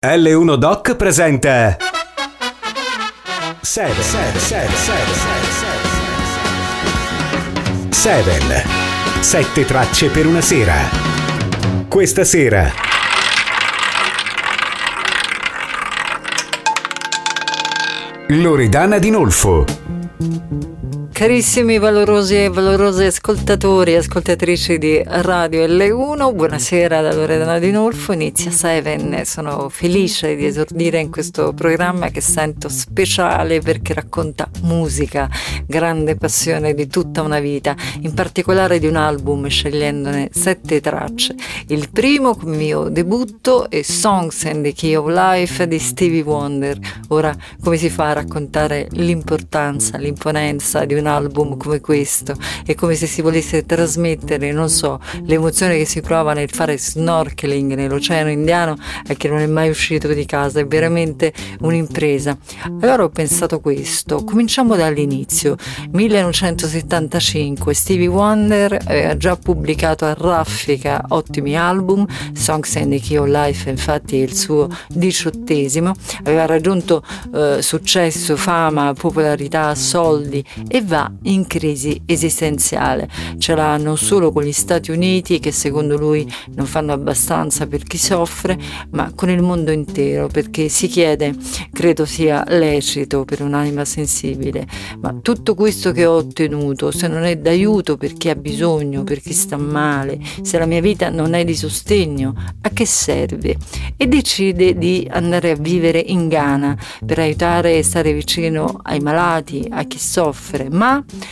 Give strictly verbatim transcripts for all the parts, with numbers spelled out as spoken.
L uno Doc presenta Seven Seven Seven Seven Seven Sette tracce per una sera. Questa sera Loredana Di Nolfo. Carissimi valorosi e valorosi ascoltatori e ascoltatrici di Radio L uno, buonasera da Loredana Di Nolfo. Inizia Seven, sono felice di esordire in questo programma che sento speciale perché racconta musica, grande passione di tutta una vita, in particolare di un album, scegliendone sette tracce. Il primo mio debutto è Songs in the Key of Life di Stevie Wonder. Ora, come si fa a raccontare l'importanza, l'imponenza di un album come questo? È come se si volesse trasmettere, non so, l'emozione che si prova nel fare snorkeling nell'Oceano Indiano a chi non è mai uscito di casa. È veramente un'impresa. Allora ho pensato questo, cominciamo dall'inizio. millenovecentosettantacinque, Stevie Wonder aveva già pubblicato a raffica ottimi album. Songs in the Key of Life infatti è il suo diciottesimo, aveva raggiunto eh, successo, fama, popolarità, soldi e va in crisi esistenziale. Ce l'ha non solo con gli Stati Uniti, che secondo lui non fanno abbastanza per chi soffre, ma con il mondo intero, perché si chiede, credo sia lecito per un'anima sensibile, ma tutto questo che ho ottenuto, se non è d'aiuto per chi ha bisogno, per chi sta male, se la mia vita non è di sostegno, a che serve? E decide di andare a vivere in Ghana per aiutare e stare vicino ai malati, a chi soffre, ma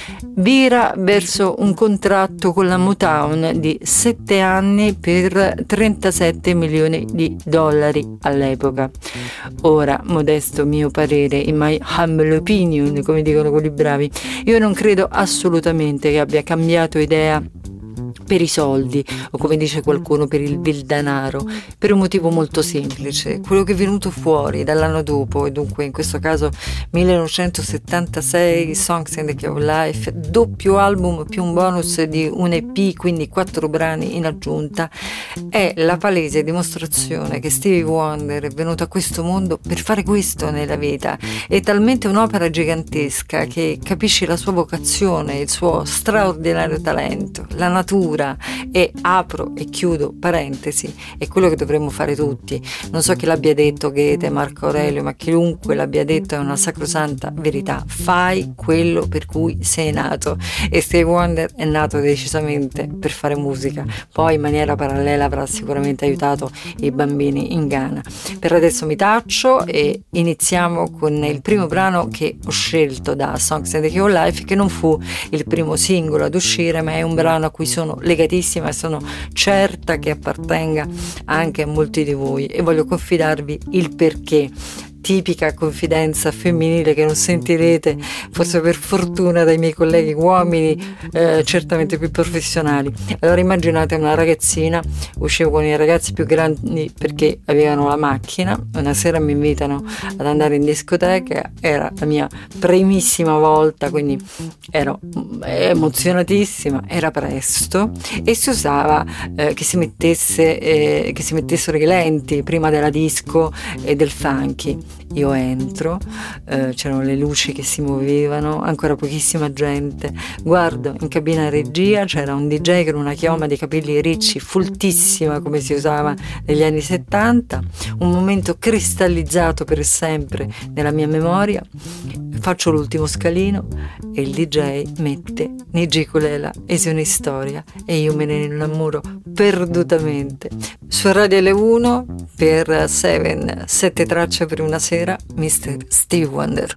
vira verso un contratto con la Motown di sette anni per trentasette milioni di dollari all'epoca. Ora, modesto mio parere, in my humble opinion, come dicono quelli bravi, io non credo assolutamente che abbia cambiato idea per i soldi, o come dice qualcuno per il vil denaro, per un motivo molto semplice: quello che è venuto fuori dall'anno dopo, e dunque in questo caso millenovecentosettantasei, Songs in the Key of Life, doppio album più un bonus di un E P, quindi quattro brani in aggiunta, è la palese dimostrazione che Stevie Wonder è venuto a questo mondo per fare questo nella vita. È talmente un'opera gigantesca che capisci la sua vocazione, il suo straordinario talento, la natura. E apro e chiudo parentesi, è quello che dovremmo fare tutti. Non so chi l'abbia detto, Goethe, Marco Aurelio, ma chiunque l'abbia detto è una sacrosanta verità: fai quello per cui sei nato, e Stevie Wonder è nato decisamente per fare musica. Poi in maniera parallela avrà sicuramente aiutato i bambini in Ghana. Per adesso mi taccio e iniziamo con il primo brano che ho scelto da Songs in the Key of Life, che non fu il primo singolo ad uscire, ma è un brano a cui sono legatissima e sono certa che appartenga anche a molti di voi, e voglio confidarvi il perché. Tipica confidenza femminile che non sentirete, forse per fortuna, dai miei colleghi uomini eh, certamente più professionali. Allora immaginate una ragazzina, uscivo con i ragazzi più grandi perché avevano la macchina, una sera mi invitano ad andare in discoteca, era la mia primissima volta, quindi ero emozionatissima, era presto e si usava eh, che si mettesse eh, che si mettessero i lenti prima della disco e del funky. Io entro, eh, c'erano le luci che si muovevano, ancora pochissima gente, guardo in cabina regia, c'era un D J con una chioma di capelli ricci, foltissima come si usava negli anni settanta, un momento cristallizzato per sempre nella mia memoria. Faccio l'ultimo scalino e il D J mette Nigi Kulela e una storia e io me ne innamoro perdutamente. Su Radio L uno per Seven, sette tracce per una sera, mister Stevie Wonder.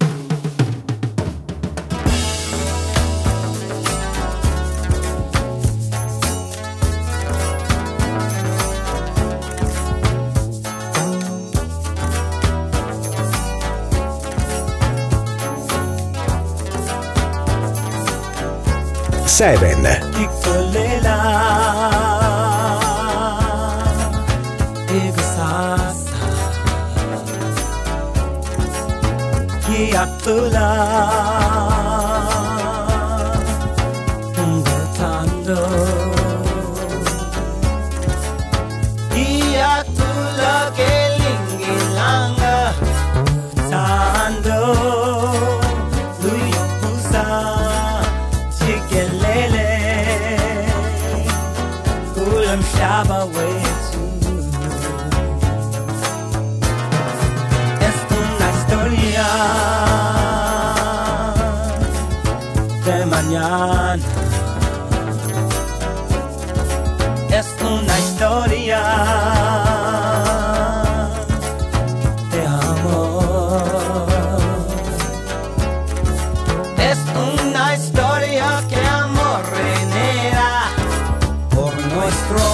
Seven. Iya tula keling mañana. Es una historia de amor. Es una historia que amor genera por nuestro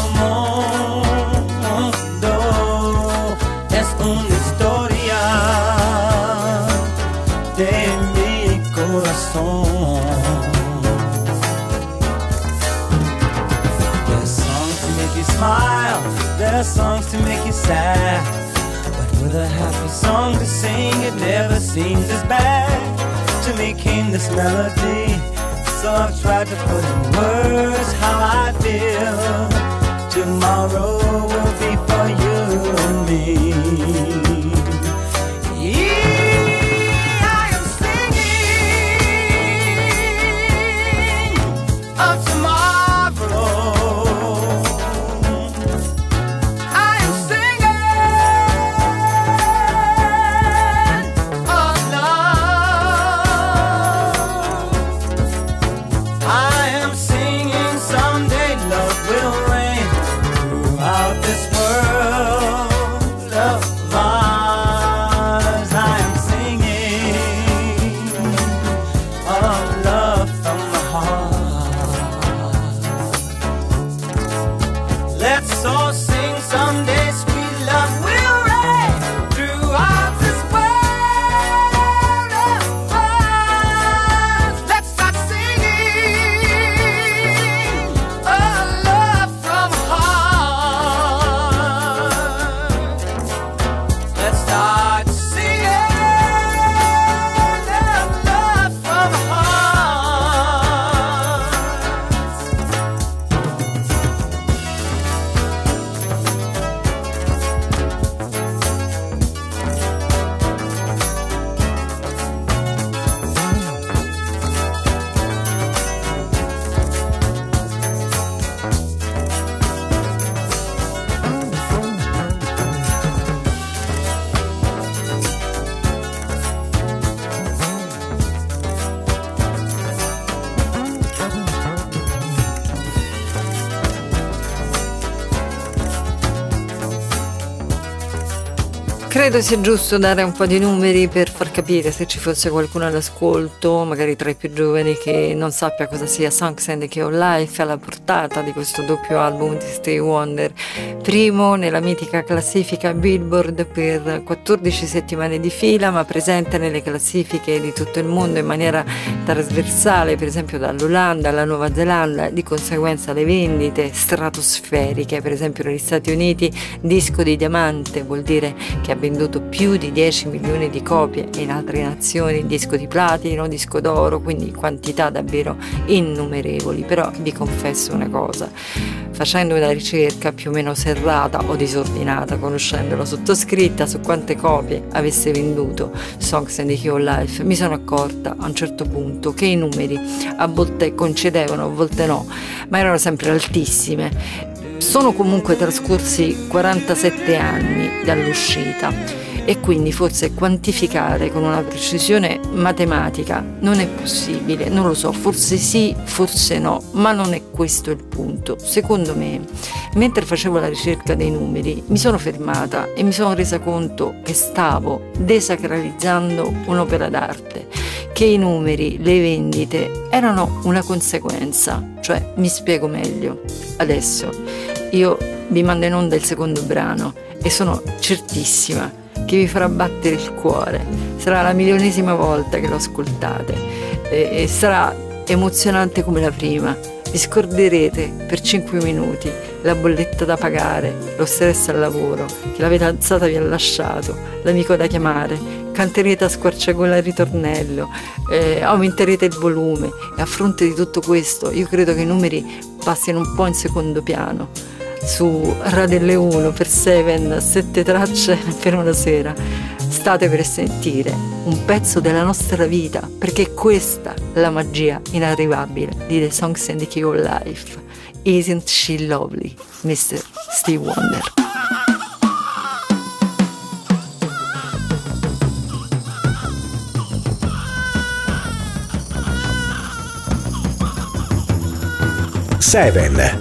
mundo. Es una historia de mi corazón. There's songs to make you smile, there's songs to make you sad, but with a happy song to sing, it never seems as bad. To me came this melody, so I've tried to put in words how I feel. Tomorrow will be for you and me. Yeah, I am singing of tomorrow. I am singing of love. I am singing someday love will reign throughout this world of ours. I am singing of love from the heart. Let's all sing someday sweet love will reign throughout this world of ours. Let's start singing a love from heart. Let's start singing a love from heart. Credo sia giusto dare un po' di numeri per far capire, se ci fosse qualcuno all'ascolto, magari tra i più giovani, che non sappia cosa sia Songs and the Key of Life, alla portata di questo doppio album di Stevie Wonder, primo nella mitica classifica Billboard per quattordici settimane di fila, ma presente nelle classifiche di tutto il mondo in maniera trasversale, per esempio dall'Olanda alla Nuova Zelanda. Di conseguenza le vendite stratosferiche, per esempio negli Stati Uniti disco di diamante vuol dire che ha venduto più di dieci milioni di copie, e in altre nazioni disco di platino, disco d'oro, quindi quantità davvero innumerevoli. Però vi confesso una cosa, facendo una ricerca più o meno serrata o disordinata, conoscendo la sottoscritta su quante copie avesse venduto Songs and the Key of Life, mi sono accorta a un certo punto che i numeri a volte concedevano, a volte no, ma erano sempre altissime. Sono comunque trascorsi quarantasette anni dall'uscita e quindi forse quantificare con una precisione matematica non è possibile, non lo so, forse sì, forse no, ma non è questo il punto. Secondo me, mentre facevo la ricerca dei numeri, mi sono fermata e mi sono resa conto che stavo desacralizzando un'opera d'arte, che i numeri, le vendite erano una conseguenza. Cioè, mi spiego meglio. Adesso io vi mando in onda il secondo brano e sono certissima che vi farà battere il cuore. Sarà la milionesima volta che lo ascoltate e, e sarà emozionante come la prima. Vi scorderete per cinque minuti la bolletta da pagare, lo stress al lavoro, che la fidanzata vi ha lasciato, l'amico da chiamare, canterete a squarciagola il ritornello, eh, aumenterete il volume, e a fronte di tutto questo io credo che i numeri passino un po' in secondo piano. Su Radelle uno per Seven, sette tracce per una sera, state per sentire un pezzo della nostra vita, perché è questa la magia inarrivabile di The Songs and the Key of Life. Isn't she lovely, mister Steve Wonder? Seven.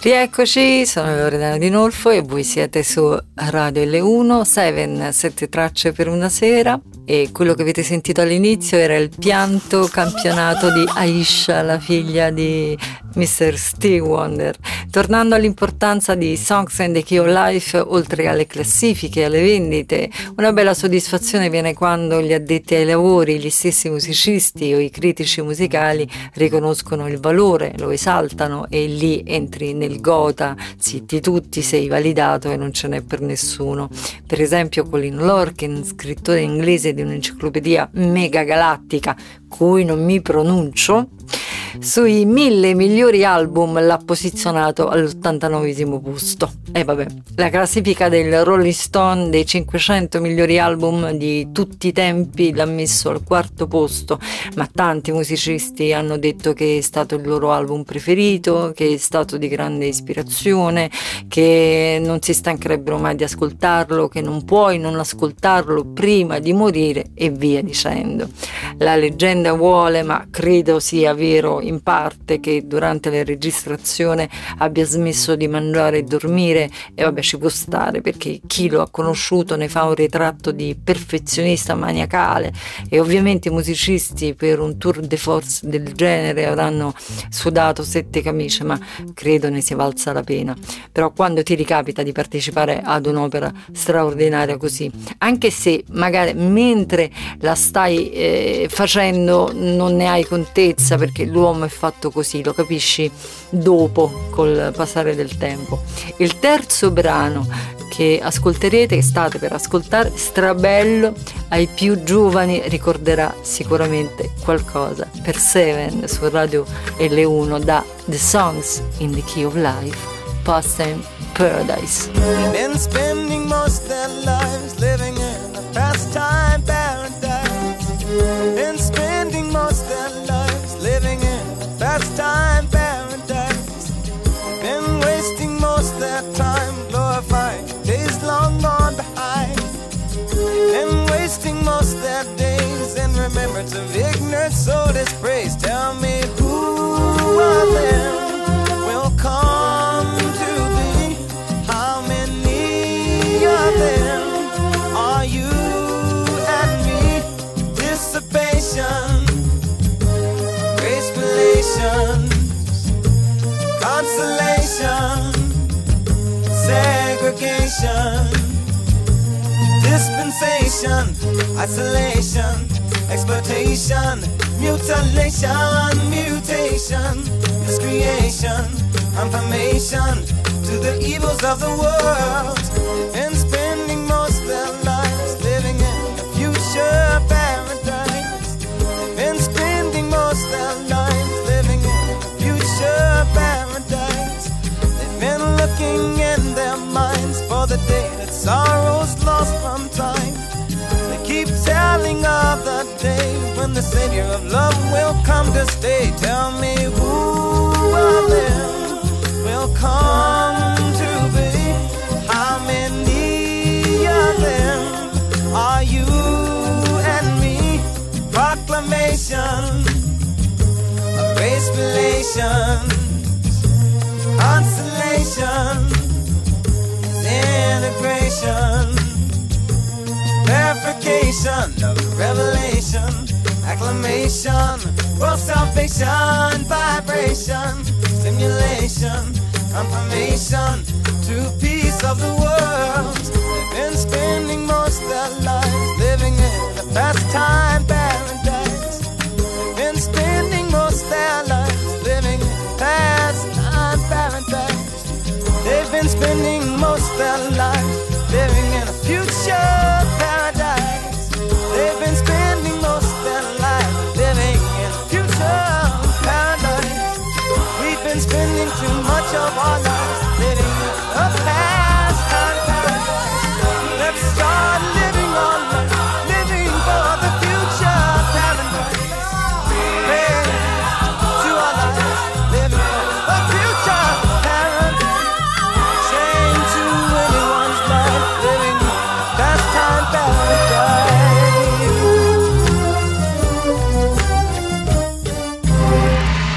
Rieccoci, sono Loredana Di Nolfo e voi siete su Radio L uno, Seven, sette tracce per una sera, e quello che avete sentito all'inizio era il pianto campionato di Aisha, la figlia di mister Stevie Wonder. Tornando all'importanza di Songs in the Key of Life, oltre alle classifiche e alle vendite, una bella soddisfazione viene quando gli addetti ai lavori, gli stessi musicisti o i critici musicali riconoscono il valore, lo esaltano, e lì entri nel gota, zitti tutti, sei validato e non ce n'è per nessuno. Per esempio Colin Lorcan, scrittore inglese di un'enciclopedia mega galattica cui non mi pronuncio, sui mille migliori album l'ha posizionato all'ottantanovesimo posto. E vabbè, la classifica del Rolling Stone dei cinquecento migliori album di tutti i tempi l'ha messo al quarto posto, ma tanti musicisti hanno detto che è stato il loro album preferito, che è stato di grande ispirazione, che non si stancherebbero mai di ascoltarlo, che non puoi non ascoltarlo prima di morire, e via dicendo. La leggenda vuole, ma credo sia vero in parte, che durante la registrazione abbia smesso di mangiare e dormire, e vabbè, ci può stare, perché chi lo ha conosciuto ne fa un ritratto di perfezionista maniacale, e ovviamente i musicisti per un tour de force del genere avranno sudato sette camicie, ma credo ne sia valsa la pena. Però quando ti ricapita di partecipare ad un'opera straordinaria così, anche se magari mentre la stai eh, facendo non ne hai contezza, perché l'uomo è fatto così, lo capisci dopo, col passare del tempo. Il terzo brano che ascolterete, che state per ascoltare, strabello, ai più giovani ricorderà sicuramente qualcosa. Per Seven su Radio L uno, da The Songs in the Key of Life, Pastime Paradise. Been spending most their lives living in a pastime paradise. Been spending most their lives living in a pastime paradise. Been wasting most their time glorifying days long gone behind. Been wasting most their days in remembrance of ignorant soul dispraise. Tell me who of them will come to be? How many of them are you and me? Dissipation, grace relations, consolation, segregation, dispensation, isolation, exploitation, mutilation, mutation, miscreation, confirmation to the evils of the world. And spending most of their lives living in a future paradise. And spending most of their lives living in a future paradise. They've been looking in their minds for the day that sorrow's lost from time. They keep telling of the day when the Savior of love will come to stay. Tell me who of them will come to be? How many of them are you and me? Proclamation of race relations, consolation, integration, verification of revelation, acclamation, world salvation, vibration, stimulation, confirmation to peace of the world. They've been spending most of their lives living in a pastime paradise. They've been spending most of their lives living in a pastime paradise. They've been spending most of their lives living in a future paradise. They've been spending most of their lives living in a future paradise. We've been spending too much of our lives living in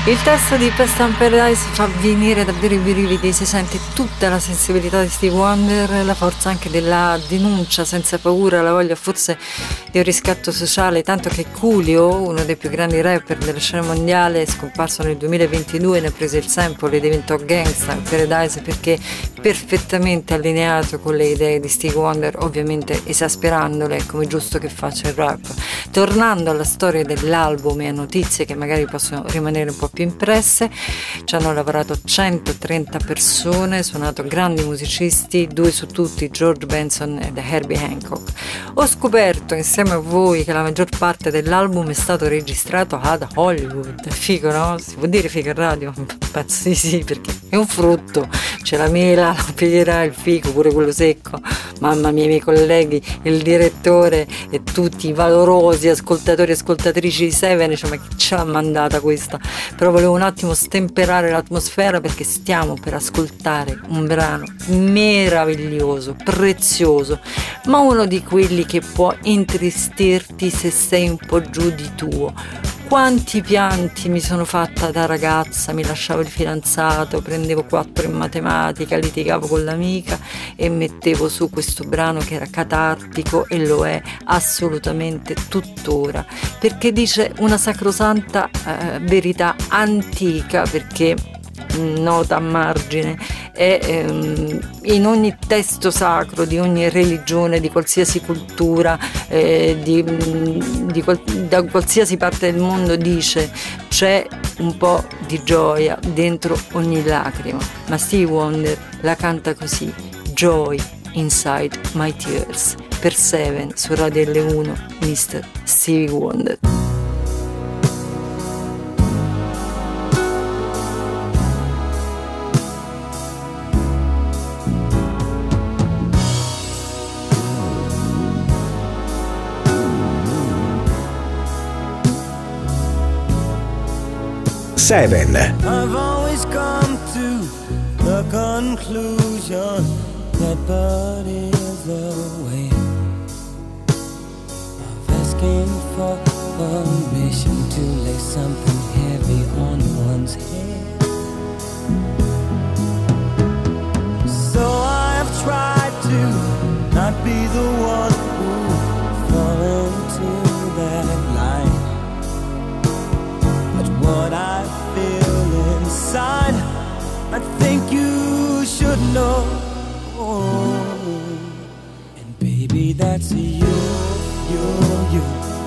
Il testo di Pest and Paradise fa venire davvero i brividi, si sente tutta la sensibilità di Stevie Wonder, la forza anche della denuncia senza paura, la voglia forse di un riscatto sociale, tanto che Coolio, uno dei più grandi rapper della scena mondiale, scomparso nel duemilaventidue, ne prese il sample e diventò Gangsta in Paradise perché perfettamente allineato con le idee di Stevie Wonder, ovviamente esasperandole come giusto che faccia il rap. Tornando alla storia dell'album e a notizie che magari possono rimanere un po' più impresse, ci hanno lavorato centotrenta persone, suonato grandi musicisti, due su tutti, George Benson ed Herbie Hancock. Ho scoperto insieme a voi che la maggior parte dell'album è stato registrato ad Hollywood. Figo, no? Si può dire figo in radio? Penso di sì, perché è un frutto, c'è la mela, la pera, il fico, pure quello secco. Mamma mia, i miei colleghi, il direttore e tutti i valorosi ascoltatori e ascoltatrici di Seven, cioè, ma chi ce l'ha mandata questa? Però volevo un attimo stemperare l'atmosfera perché stiamo per ascoltare un brano meraviglioso, prezioso, ma uno di quelli che può intristirti se sei un po' giù di tuo. Quanti pianti mi sono fatta da ragazza, mi lasciavo il fidanzato, prendevo quattro in matematica, litigavo con l'amica e mettevo su questo brano che era catartico e lo è assolutamente tuttora, perché dice una sacrosanta eh, verità antica, perché nota a margine, è ehm, in ogni testo sacro di ogni religione, di qualsiasi cultura, eh, di, di qual- da qualsiasi parte del mondo, dice c'è un po' di gioia dentro ogni lacrima, ma Stevie Wonder la canta così: Joy Inside My Tears. Per Seven su Radio L uno, mister Stevie Wonder. Seven. I've always come to the conclusion that but is the way of asking for permission to lay something heavy on one's head. So I have tried to not be the one who fall into that line, but what I feel inside, I think you should know. And baby, that's you, you, you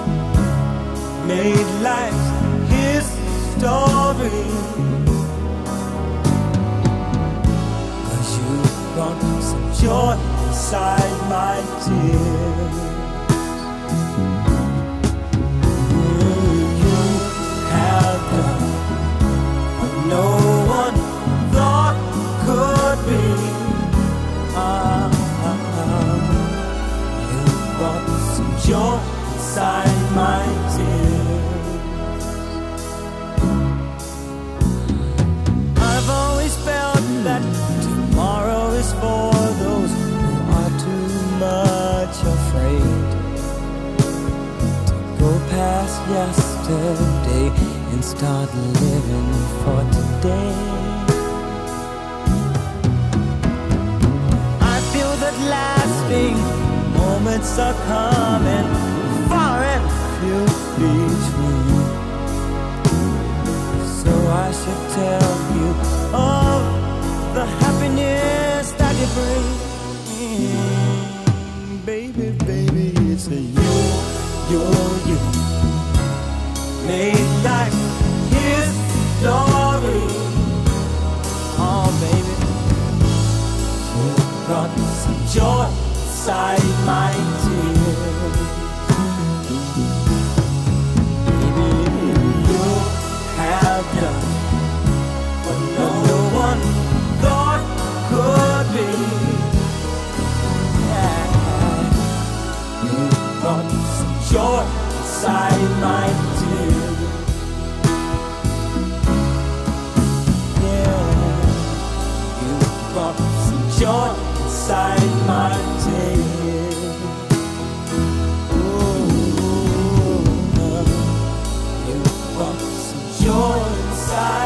made life his story. 'Cause you brought some joy inside my tears. You have done what no one thought could be. Ah, ah, ah. You brought some joy inside my tears. I've always felt that tomorrow is for those who are too much afraid to go past yesterday and start living for today. I feel that lasting moments are coming, far and few between. So I should tell you of the happiness that you bring. Baby, baby, it's a you, you, you made life his story. Oh, baby, you brought some joy inside my tears. Baby, you have done what no one thought could be. Yeah, you brought some joy inside my tears. Yeah, you brought some joy inside my tears. Ooh, you brought some joy inside.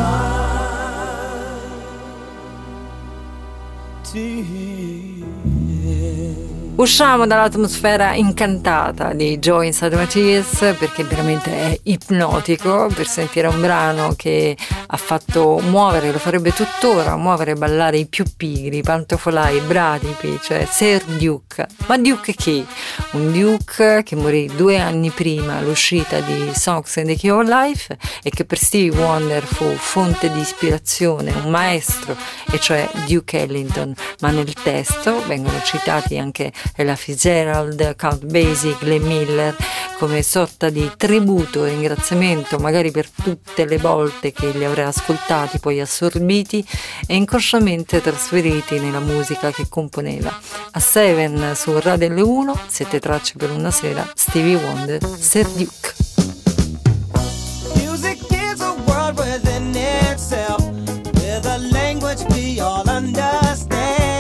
smile to hear. Usciamo dall'atmosfera incantata di Joy Inside My Tears, perché veramente è ipnotico per sentire un brano che ha fatto muovere, lo farebbe tuttora, muovere e ballare i più pigri, i pantofolai, i bradipi, cioè Sir Duke. Ma Duke chi? Un Duke che morì due anni prima l'uscita di Songs in the Key of Life e che per Stevie Wonder fu fonte di ispirazione, un maestro, e cioè Duke Ellington, ma nel testo vengono citati anche Ella Fitzgerald, Count Basie, Glenn Miller, come sorta di tributo e ringraziamento magari per tutte le volte che li avrà ascoltati, poi assorbiti e inconsciamente trasferiti nella musica che componeva. A Seven su Radio L uno, sette tracce per una sera, Stevie Wonder, Sir Duke. Music is a world within itself, with a language we all understand,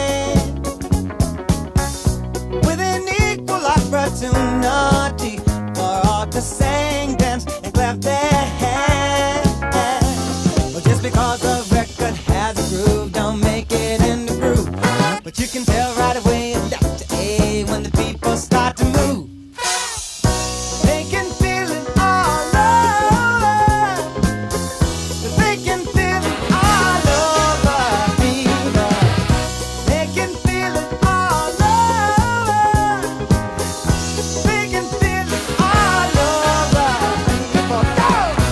with an equal opportunity for all to sing, dance, and clap their hands. But just because the record has a groove, don't make it in the groove. But you can tell right away left to A when the people start to move. They can feel it all over. They can feel it all over people. They can feel it all over. They can feel it all over people. Go!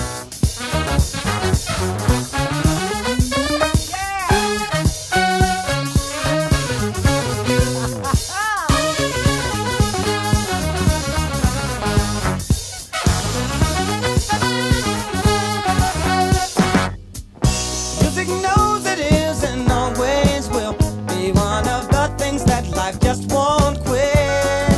Music knows it is and always will be one of the things that life just won't quit.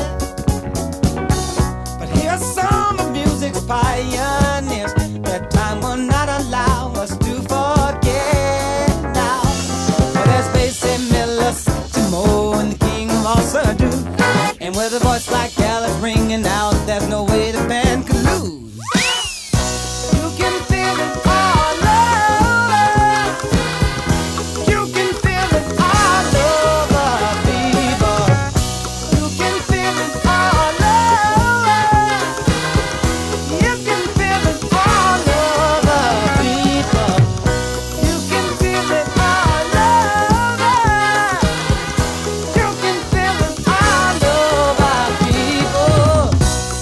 But here's some of music's pioneers that time will not allow us to forget now. But there's Basie, Miller, Timo, and the king of all Sadu. And with a voice like Alice ringing out, there's no way the band could lose. You can feel it all over. You can feel it all over, people. You can feel it all over. You can feel it all over, people. You can feel it all over. You can feel it all over, people.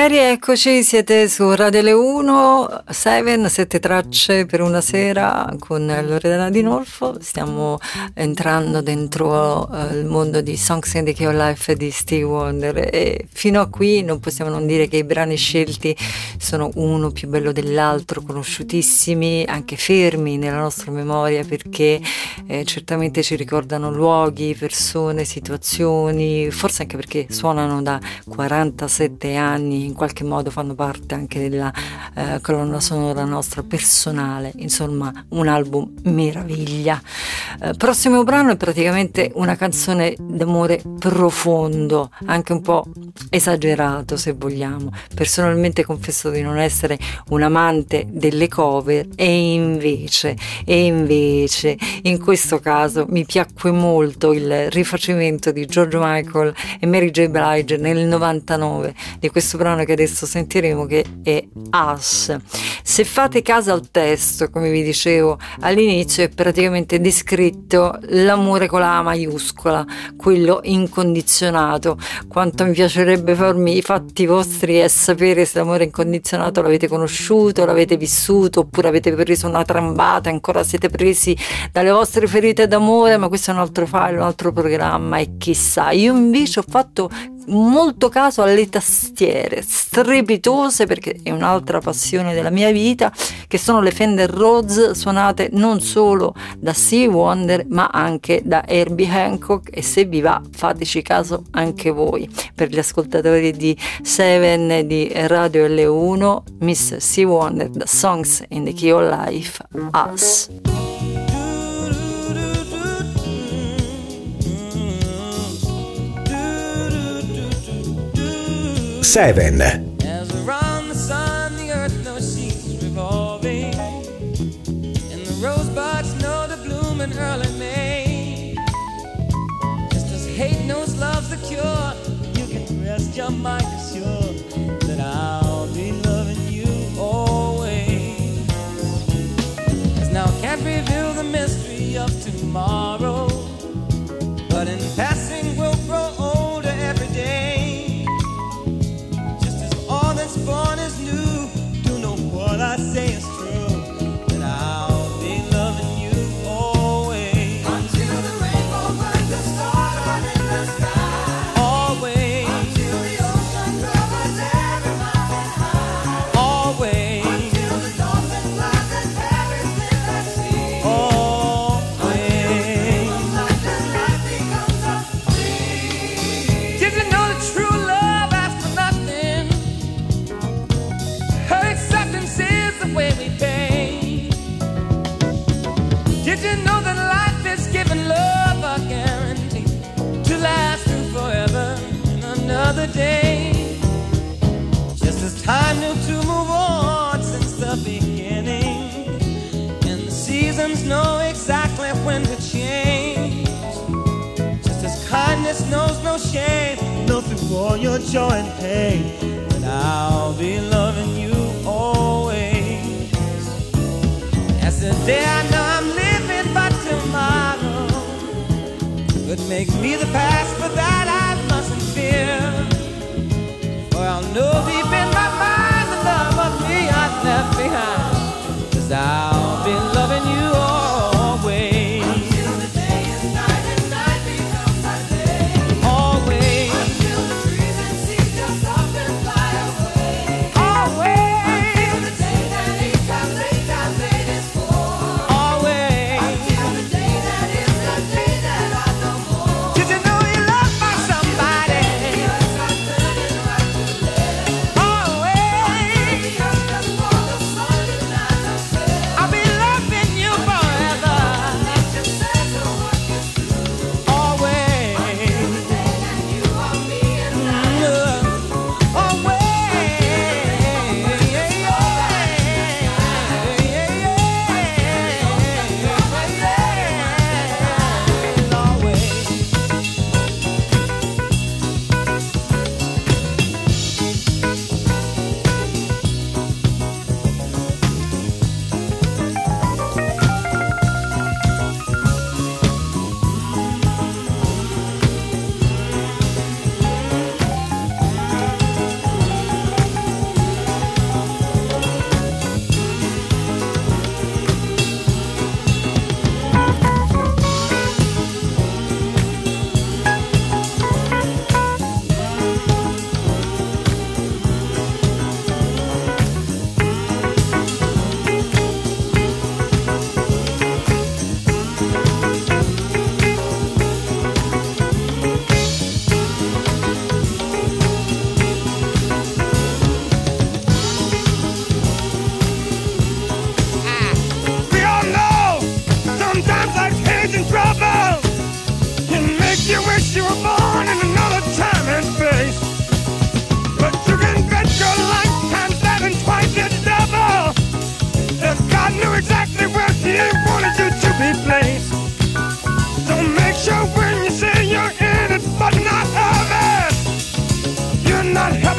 E rieccoci, siete su Radio Le uno, Seven, sette tracce per una sera con Loredana Di Nolfo. Stiamo entrando dentro uh, il mondo di Songs in the Key of Life di Stevie Wonder, e fino a qui non possiamo non dire che i brani scelti sono uno più bello dell'altro, conosciutissimi, anche fermi nella nostra memoria, perché eh, certamente ci ricordano luoghi, persone, situazioni, forse anche perché suonano da quarantasette anni, in qualche modo fanno parte anche della eh, colonna sonora nostra personale. Insomma, un album meraviglia. Eh, prossimo brano è praticamente una canzone d'amore profondo, anche un po' esagerato se vogliamo. Personalmente confesso di non essere un amante delle cover, e invece e invece in questo caso mi piacque molto il rifacimento di George Michael e Mary J. Blige nel novantanove di questo brano che adesso sentiremo, che è Us. Se fate caso al testo, come vi dicevo all'inizio, è praticamente descritto l'amore con la A maiuscola, quello incondizionato. Quanto mi piacerebbe farmi i fatti vostri e sapere se l'amore incondizionato l'avete conosciuto, l'avete vissuto, oppure avete preso una trambata e ancora siete presi dalle vostre ferite d'amore, ma questo è un altro file, un altro programma, e chissà. Io invece ho fatto molto caso alle tastiere strepitose, perché è un'altra passione della mia vita, che sono le Fender Rhodes, suonate non solo da Stevie Wonder ma anche da Herbie Hancock, e se vi va fateci caso anche voi. Per gli ascoltatori di Seven di Radio L uno, Miss Stevie Wonder, da Songs in the Key of Life, Us. Seven. As around the sun the earth knows she's revolving, and the rosebuds know to bloom in early May. Just as hate knows love's the cure, you can rest your mind assured that I'll be loving you always. As now can't reveal the mystery of tomorrow, but in passing we'll grow older every day. Born is new, do know what I say is true, that I'll be loving you always. Until the rainbow burns the stars in the sky. Always. Until the ocean covers every mountain high. Always. Until the dolphin flies and perish in the sea. Always. Until the light becomes a dream. Did you know the true love asks for nothing? Her acceptance is the way we pay. Did you know that life is giving love a guarantee to last through forever in another day? Just as time knew to move on since the beginning, and the seasons know exactly when to change. Just as kindness knows no shame, know through all your joy and pain, that I'll be loving you always. As the day I know I'm living, but tomorrow could make me the past, but that I mustn't fear. For I'll know deep in my mind the love of me I've left behind, 'cause I'll be loving you always. Until the day is night and night becomes a day. Always. Until the trees and seas just up and fly away. Always. Until the day that each time they time made is for. Always. Until the day that is the day that I know more. Did you know you love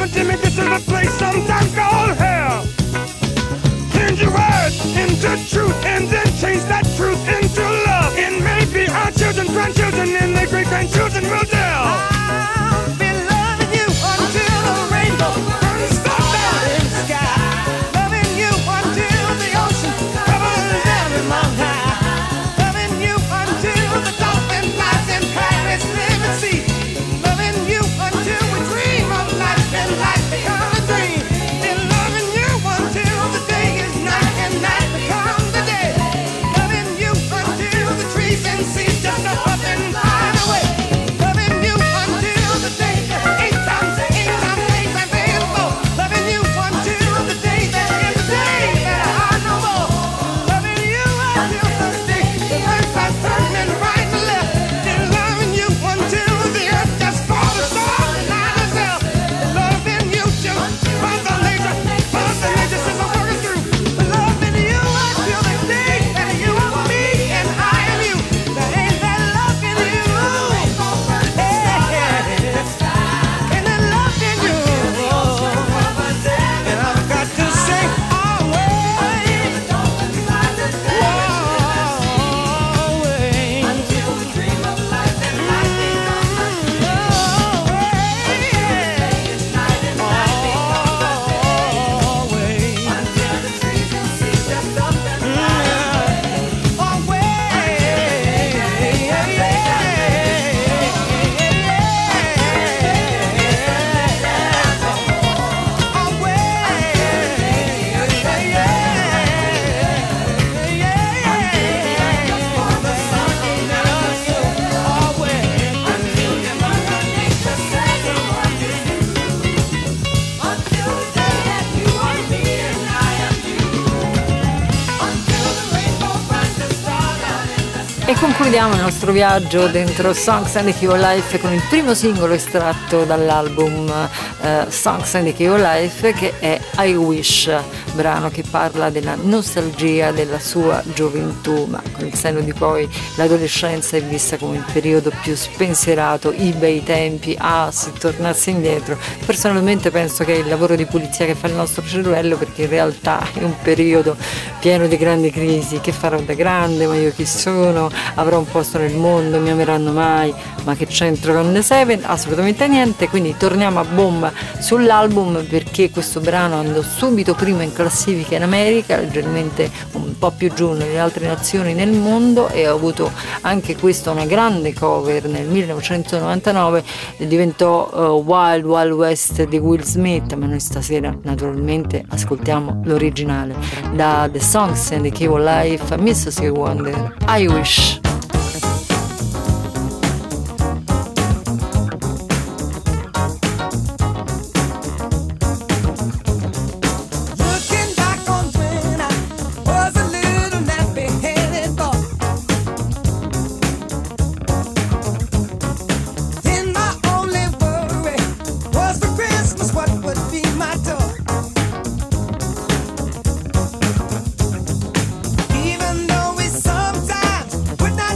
Jimmy, this is a place sometimes called hell. Change your words into truth and then change that truth into love. And maybe our children, grandchildren, and their great grandchildren will tell. I'll be loving you until the rainbow burns so down in the sky. Loving you until the ocean covers every mountain high. Loving you until the dolphin flies in Paris, live and see. Loving you until we dream of life and life becomes a dream. And loving you until the day is night and night becomes the day. Loving you until the trees and seas just up and fly away. Loving you until the day eight times eight times eight times eight more. Loving you until the day that is the day that I know more. Loving you until the day the earth starts turning right and left. And loving you until the earth just falls apart and not herself. Loving you till Mother Nature, Mother Nature says I'm working through. Loving you until the day that you are me and I am you. There ain't that love in you. Yeah. Ain't that love in you. And I've got to say always, always. Until we dream of life and life becomes a dream. Always. Night and night becomes a day. Always. Until the trees and seas just up and fly away. Always. E concludiamo il nostro viaggio dentro Songs and the Key of Life con il primo singolo estratto dall'album uh, Songs and the Key of Life, che è I Wish, brano che parla della nostalgia della sua gioventù, ma con il senno di poi l'adolescenza è vista come il periodo più spensierato, i bei tempi, ah se tornassi indietro. Personalmente penso che è il lavoro di pulizia che fa il nostro cervello, perché in realtà è un periodo pieno di grandi crisi. Che farò da grande, ma io chi sono? Avrò un posto nel mondo, mi ameranno mai? Ma che c'entro con The Seven? Assolutamente niente. Quindi torniamo a bomba sull'album, perché questo brano andò subito prima in classifica in America, leggermente un po' più giù nelle altre nazioni nel mondo, e ha avuto anche questo una grande cover nel millenovecentonovantanove, e diventò uh, Wild Wild West di Will Smith. Ma noi stasera naturalmente ascoltiamo l'originale da The Songs and the Key of Life, Miss Stevie Wonder, I Wish. Looking back on when I was a little nappy-headed boy, then my only worry was for Christmas what would be my toy. Even though we sometimes would not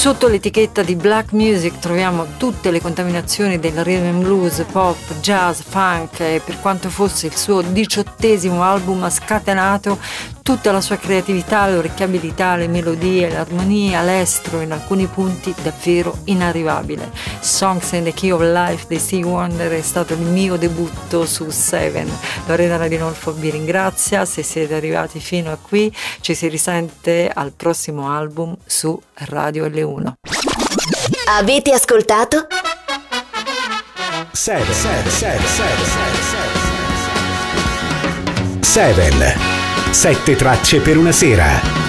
Sotto l'etichetta di black music troviamo tutte le contaminazioni del rhythm and blues, pop, jazz, funk, e per quanto fosse il suo diciottesimo album ha scatenato tutta la sua creatività, l'orecchiabilità, le melodie, l'armonia, l'estro, in alcuni punti davvero inarrivabile. Songs in the Key of Life dei Stevie Wonder è stato il mio debutto su Seven. Lorena Radinolfo vi ringrazia, se siete arrivati fino a qui ci si risente al prossimo album su Radio L uno. Avete ascoltato? Seven. Seven. Seven. Seven. Seven. Sette tracce per una sera.